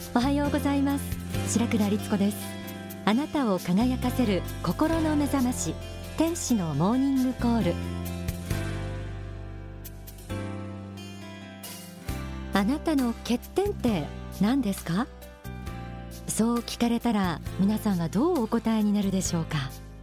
おはようございます。白倉律子です。あなたを輝かせる心の目覚まし、天使のモーニングコール。あなたの欠点って何ですか？そう聞かれたら皆さんはどうお答えになるでしょうか？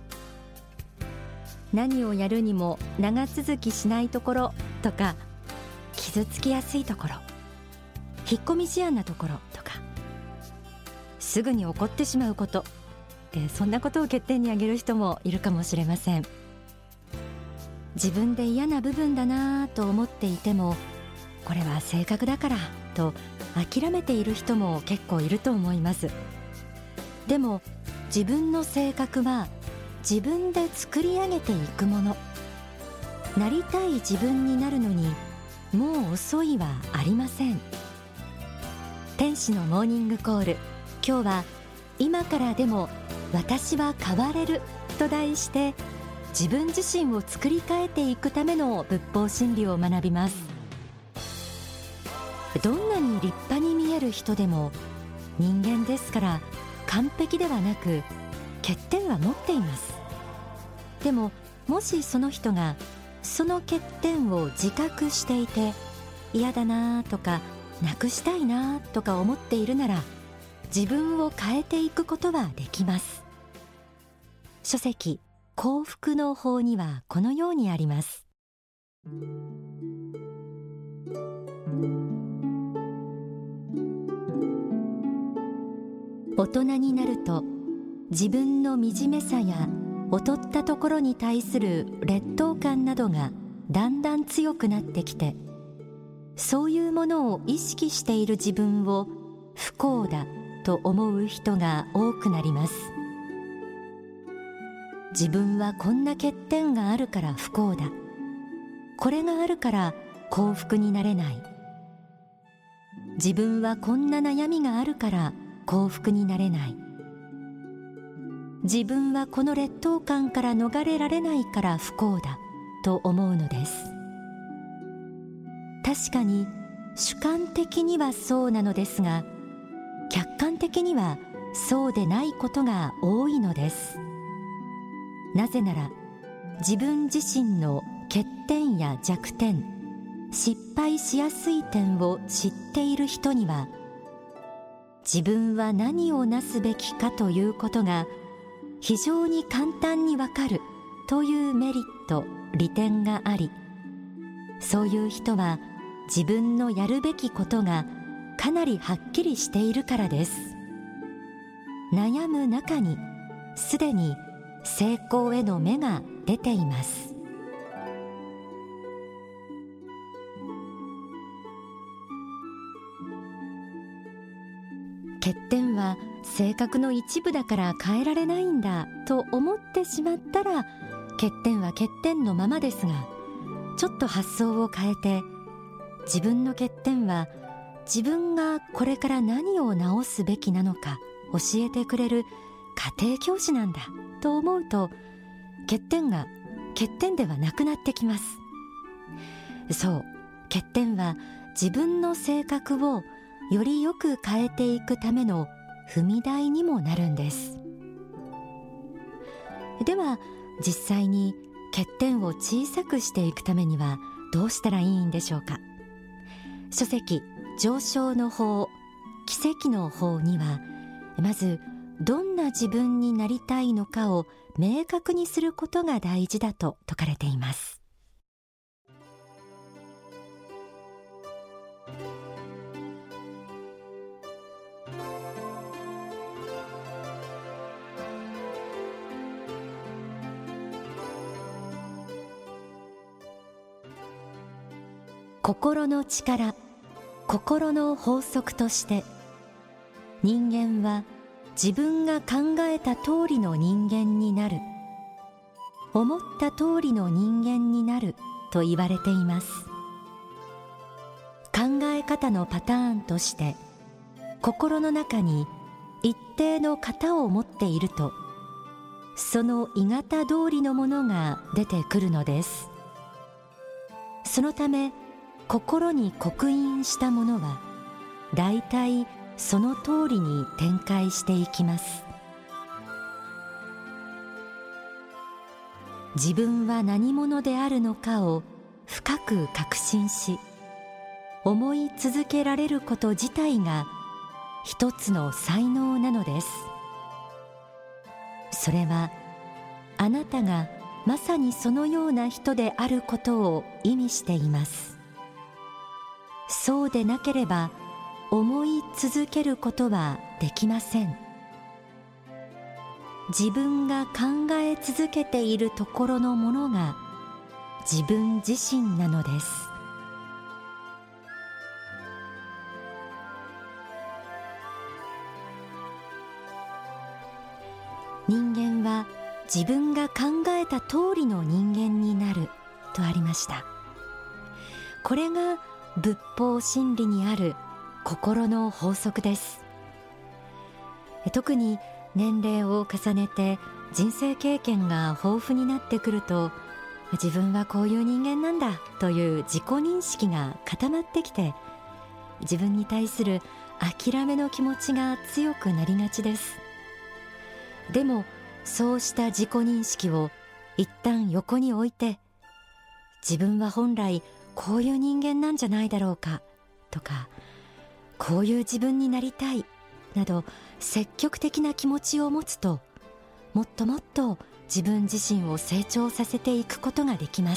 何をやるにも長続きしないところとか、傷つきやすいところ、引っ込み思案なところとか、すぐに怒ってしまうこと、そんなことを欠点に挙げる人もいるかもしれません。自分で嫌な部分だなと思っていても、これは性格だからと諦めている人も結構いると思います。でも自分の性格は自分で作り上げていくもの。なりたい自分になるのにもう遅いはありません。天使のモーニングコール、今日は今からでも私は変われると題して、自分自身を作り変えていくための仏法真理を学びます。どんなに立派に見える人でも人間ですから完璧ではなく欠点は持っています。でももしその人がその欠点を自覚していて、嫌だなとかなくしたいなとか思っているなら、自分を変えていくことはできます。書籍幸福の法にはこのようにあります。大人になると自分の惨めさや劣ったところに対する劣等感などがだんだん強くなってきて、そういうものを意識している自分を不幸だと思う人が多くなります。自分はこんな欠点があるから不幸だ、これがあるから幸福になれない、自分はこんな悩みがあるから幸福になれない、自分はこの劣等感から逃れられないから不幸だと思うのです。確かに主観的にはそうなのですが、客観的にはそうでないことが多いのです。なぜなら自分自身の欠点や弱点、失敗しやすい点を知っている人には、自分は何をなすべきかということが非常に簡単にわかるというメリット、利点があり、そういう人は自分のやるべきことがかなりはっきりしているからです。悩む中にすでに成功への芽が出ています。欠点は性格の一部だから変えられないんだと思ってしまったら、欠点は欠点のままですが、ちょっと発想を変えて、自分の欠点は自分がこれから何を直すべきなのか教えてくれる家庭教師なんだと思うと、欠点が欠点ではなくなってきます。そう、欠点は自分の性格をよりよく変えていくための踏み台にもなるんです。では実際に欠点を小さくしていくためにはどうしたらいいんでしょうか。書籍上昇の法、奇跡の法には、まずどんな自分になりたいのかを明確にすることが大事だと説かれています。心の力、心の法則として、人間は自分が考えた通りの人間になる、思った通りの人間になると言われています。考え方のパターンとして、心の中に一定の型を持っていると、その鋳型通りのものが出てくるのです。そのため心に刻印したものはだいたいその通りに展開していきます。自分は何者であるのかを深く確信し、思い続けられること自体が一つの才能なのです。それはあなたがまさにそのような人であることを意味しています。そうでなければ思い続けることはできません。自分が考え続けているところのものが自分自身なのです。人間は自分が考えた通りの人間になるとありました。これが仏法真理にある心の法則です。特に年齢を重ねて人生経験が豊富になってくると、自分はこういう人間なんだという自己認識が固まってきて、自分に対する諦めの気持ちが強くなりがちです。でもそうした自己認識を一旦横に置いて、自分は本来こういう人間なんじゃないだろうかとか、こういう自分になりたいなど積極的な気持ちを持つと、もっともっと自分自身を成長させていくことができます。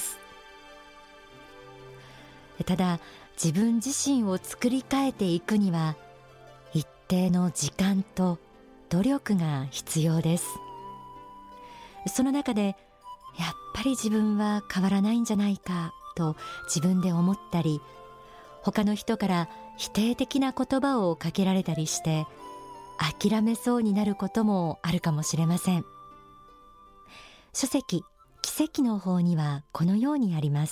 ただ自分自身を作り変えていくには一定の時間と努力が必要です。その中でやっぱり自分は変わらないんじゃないかと自分で思ったり、他の人から否定的な言葉をかけられたりして諦めそうになることもあるかもしれません。書籍奇跡の方にはこのようにあります。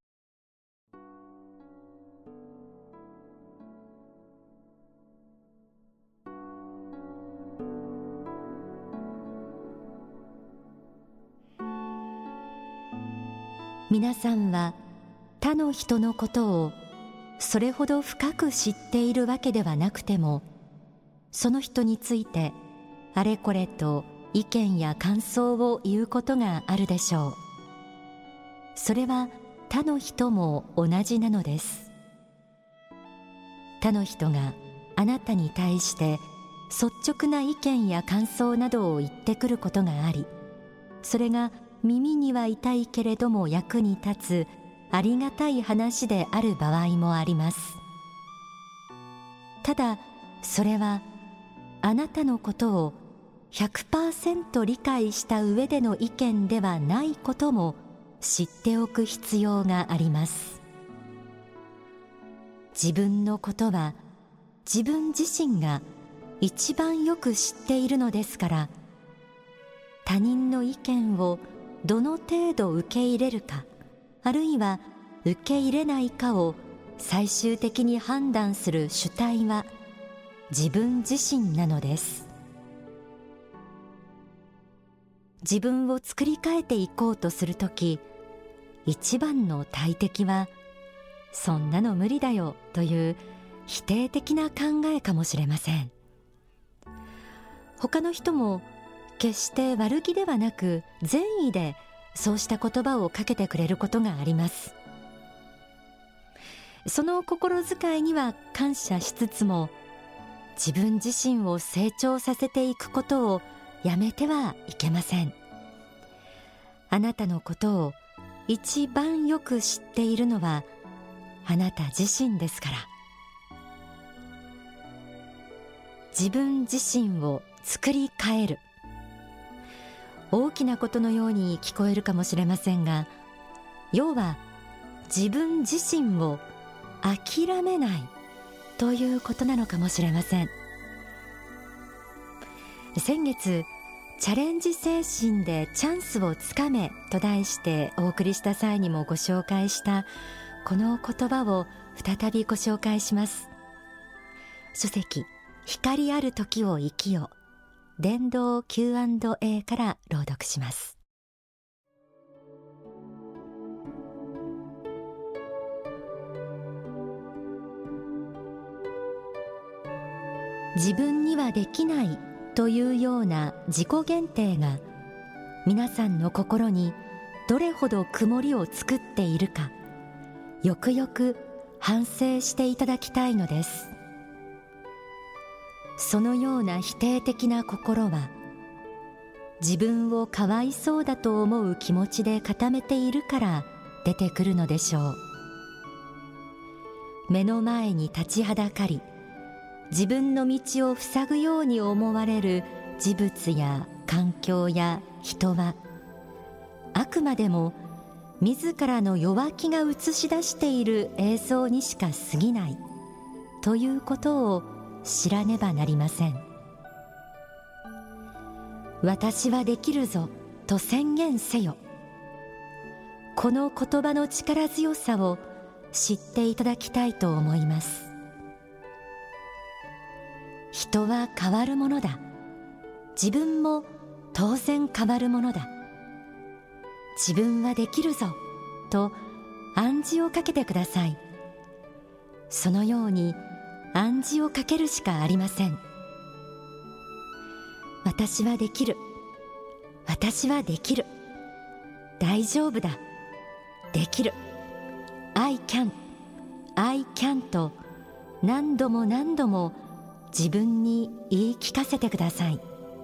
皆さんは他の人のことをそれほど深く知っているわけではなくても、その人についてあれこれと意見や感想を言うことがあるでしょう。それは他の人も同じなのです。他の人があなたに対して率直な意見や感想などを言ってくることがあり、それが耳には痛いけれども役に立つありがたい話である場合もあります。ただそれはあなたのことを 100% 理解した上での意見ではないことも知っておく必要があります。自分のことは自分自身が一番よく知っているのですから、他人の意見をどの程度受け入れるか、あるいは受け入れないかを最終的に判断する主体は自分自身なのです。自分を作り変えていこうとするとき、一番の大敵はそんなの無理だよという否定的な考えかもしれません。他の人も決して悪気ではなく善意でそうした言葉をかけてくれることがあります。その心遣いには感謝しつつも、自分自身を成長させていくことをやめてはいけません。あなたのことを一番よく知っているのはあなた自身ですから。自分自身を作り変える、大きなことのように聞こえるかもしれませんが、要は自分自身を諦めないということなのかもしれません。先月、チャレンジ精神でチャンスをつかめと題してお送りした際にもご紹介したこの言葉を再びご紹介します。書籍光ある時を生きよ、伝道 Q&A から朗読します。 自分にはできないというような自己限定が皆さんの心にどれほど曇りを作っているか、よくよく反省していただきたいのです。そのような否定的な心は、自分をかわいそうだと思う気持ちで固めているから出てくるのでしょう。目の前に立ちはだかり、自分の道を塞ぐように思われる事物や環境や人は、あくまでも自らの弱気が映し出している映像にしか過ぎないということを知らねばなりません。私はできるぞと宣言せよ。この言葉の力強さを知っていただきたいと思います。人は変わるものだ。自分も当然変わるものだ。自分はできるぞと暗示をかけてください。そのように暗示をかけるしかありません。私はできる。私はできる。大丈夫だ。できる。I can。I can と何度も何度も自分に言い聞かせてください。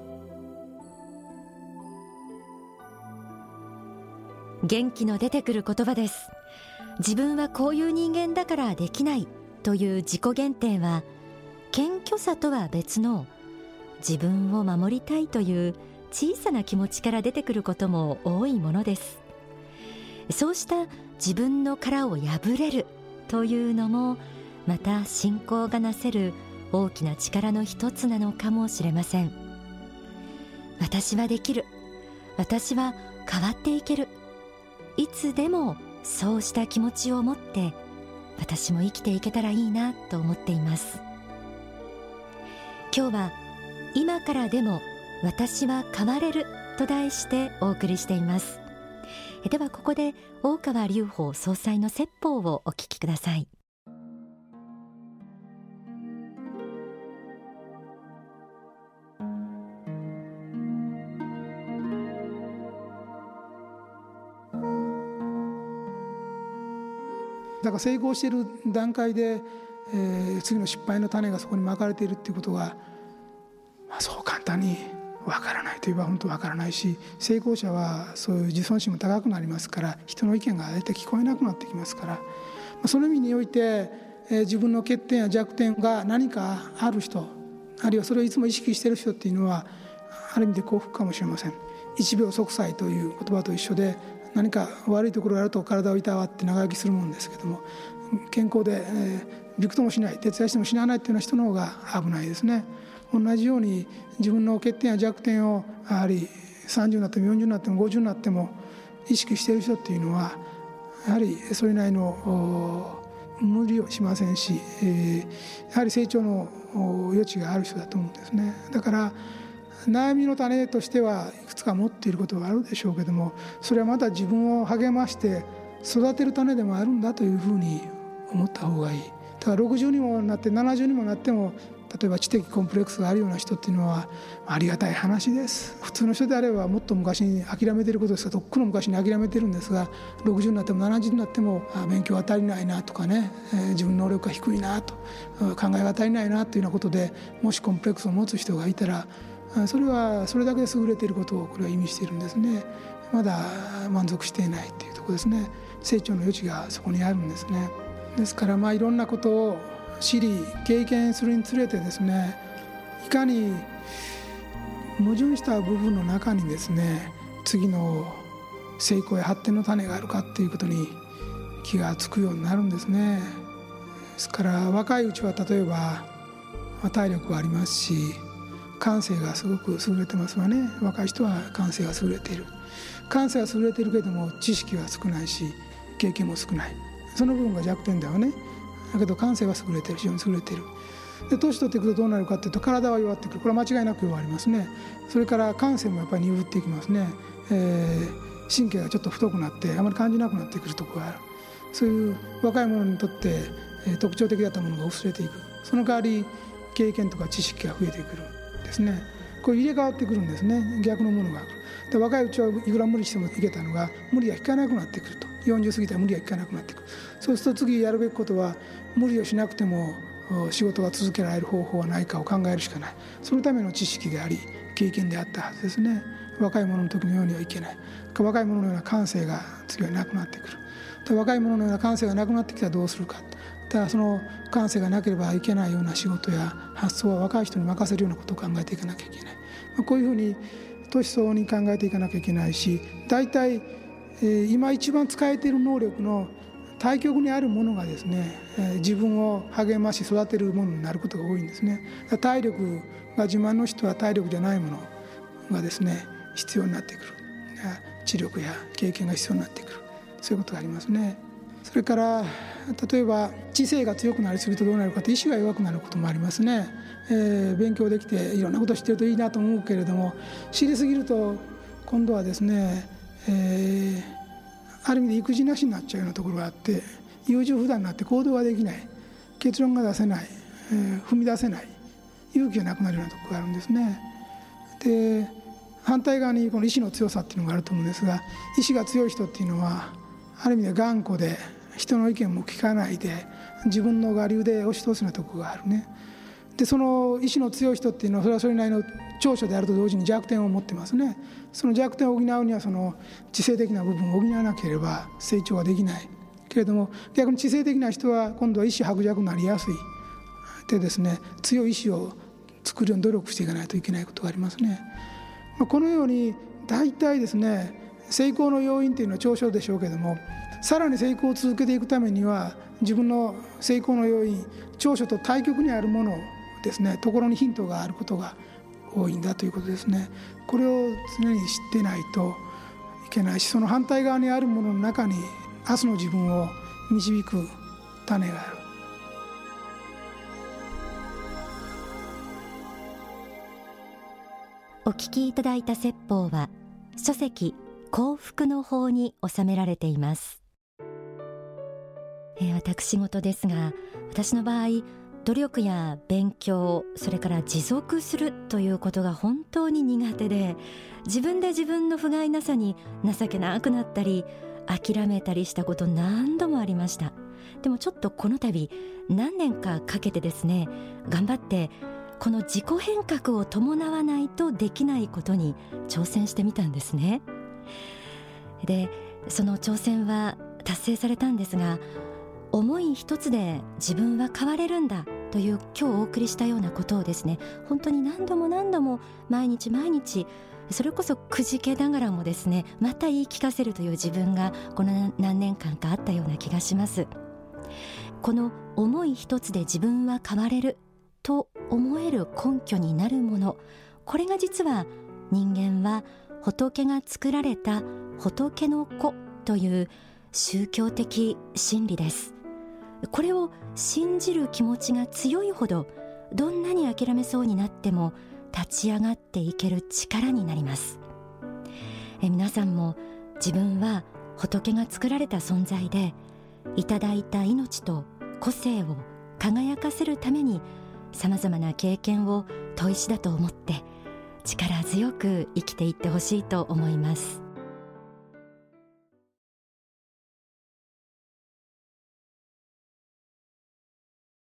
元気の出てくる言葉です。自分はこういう人間だからできないという自己限定は、謙虚さとは別の自分を守りたいという小さな気持ちから出てくることも多いものです。そうした自分の殻を破れるというのも、また信仰がなせる大きな力の一つなのかもしれません。私はできる。私は変わっていける。いつでもそうした気持ちを持って私も生きていけたらいいなと思っています。今日は今からでも私は変われると題してお送りしています。ではここで大川隆法総裁の説法をお聞きください。 だから成功している段階で、次の失敗の種がそこにまかれているっていうことが、そう簡単にわからないといえば本当わからないし、成功者はそういう自尊心も高くなりますから、人の意見が大体聞こえなくなってきますから、その意味において、自分の欠点や弱点が何かある人、あるいはそれをいつも意識している人っていうのは、ある意味で幸福かもしれません。一病息災という言葉と一緒で、何か悪いところがあると体をいたわって長生きするもんですけども、健康で、びくともしない、徹夜しても死なないというような人の方が危ないですね。同じように自分の欠点や弱点をやはり30になっても40になっても50になっても意識している人っていうのは、やはりそれなりの無理をしませんし、やはり成長の余地がある人だと思うんですね。だから悩みの種としてはいくつか持っていることがあるでしょうけども、それはまた自分を励まして育てる種でもあるんだというふうに思った方がいい。だから60にもなって70にもなっても、例えば知的コンプレックスがあるような人っていうのはありがたい話です。普通の人であればもっと昔に諦めていることですが、とっくの昔に諦めているんですが、60になっても70になっても勉強が足りないなとかね、自分の能力が低いなと、考えが足りないなというようなことで、もしコンプレックスを持つ人がいたら、それはそれだけで優れていることをこれは意味しているんですね。まだ満足していないというところですね。成長の余地がそこにあるんですね。ですからいろんなことを知り経験するにつれてですね、いかに矛盾した部分の中にですね、次の成功や発展の種があるかっていうことに気がつくようになるんですね。ですから若いうちは例えば体力はありますし、感性がすごく優れてますわね。若い人は感性が優れている。感性は優れているけれども知識は少ないし経験も少ない。その部分が弱点だわね。だけど感性は優れている、非常に優れている。で年取っていくとどうなるかというと、体は弱ってくる。これは間違いなく弱りますね。それから感性もやっぱり鈍っていきますね。神経がちょっと太くなってあまり感じなくなってくるところがある。そういう若い者にとって特徴的だったものが薄れていく。その代わり経験とか知識が増えてくるんですね。これ入れ替わってくるんですね。逆のものが来る。で若いうちはいくら無理してもいけたのが無理が効かなくなってくると。40過ぎたら無理が効かなくなってくる。そうすると次やるべきことは無理をしなくても仕事が続けられる方法はないかを考えるしかない。そのための知識であり経験であったはずですね。若い者の時のようにはいけない。若い者のような感性が次はなくなってくる。で若い者のような感性がなくなってきたらどうするか。だからその感性がなければいけないような仕事や発想は若い人に任せるようなことを考えていかなきゃいけない。こういうふうに年相応に考えていかなきゃいけないし、大体今一番使えている能力の対極にあるものがですね、自分を励まし育てるものになることが多いんですね。体力が自慢の人は体力じゃないものがですね必要になってくる。知力や経験が必要になってくる。そういうことがありますね。それから例えば知性が強くなりすぎるとどうなるかと、意志が弱くなることもありますね。勉強できていろんなことを知っているといいなと思うけれども、知りすぎると今度はですね、ある意味で育児なしになっちゃうようなところがあって、優柔不断になって行動ができない、結論が出せない、踏み出せない、勇気がなくなるようなところがあるんですね。で反対側にこの意志の強さっていうのがあると思うんですが、意志が強い人っていうのはある意味で頑固で人の意見も聞かないで自分の我流で押し通すようなところがあるね。でその意志の強い人っていうのはそれはそれなりの長所であると同時に弱点を持ってますね。その弱点を補うにはその知性的な部分を補わなければ成長はできないけれども、逆に知性的な人は今度は意志薄弱になりやすいでですね、強い意志を作るように努力していかないといけないことがありますね。このように大体ですね、成功の要因というのは長所でしょうけれども、さらに成功を続けていくためには自分の成功の要因、長所と対極にあるものですね、ところにヒントがあることが多いんだということですね。これを常に知ってないといけないし、その反対側にあるものの中に明日の自分を導く種がある。 お聞きいただいた説法は書籍幸福の法に収められています。私事ですが、私の場合努力や勉強、それから持続するということが本当に苦手で、自分で自分の不甲斐なさに情けなくなったり諦めたりしたこと何度もありました。でもちょっとこの度何年かかけてですね、頑張ってこの自己変革を伴わないとできないことに挑戦してみたんですね。でその挑戦は達成されたんですが、思い一つで自分は変われるんだという今日お送りしたようなことをですね、本当に何度も毎日それこそくじけながらもですね、また言い聞かせるという自分がこの何年間かあったような気がします。この思い一つで自分は変われると思える根拠になるもの、これが実は人間は仏が作られた仏の子という宗教的真理です。これを信じる気持ちが強いほど、どんなに諦めそうになっても立ち上がっていける力になります。皆さんも自分は仏が作られた存在で、いただいた命と個性を輝かせるためにさまざまな経験を砥石だと思って力強く生きていってほしいと思います。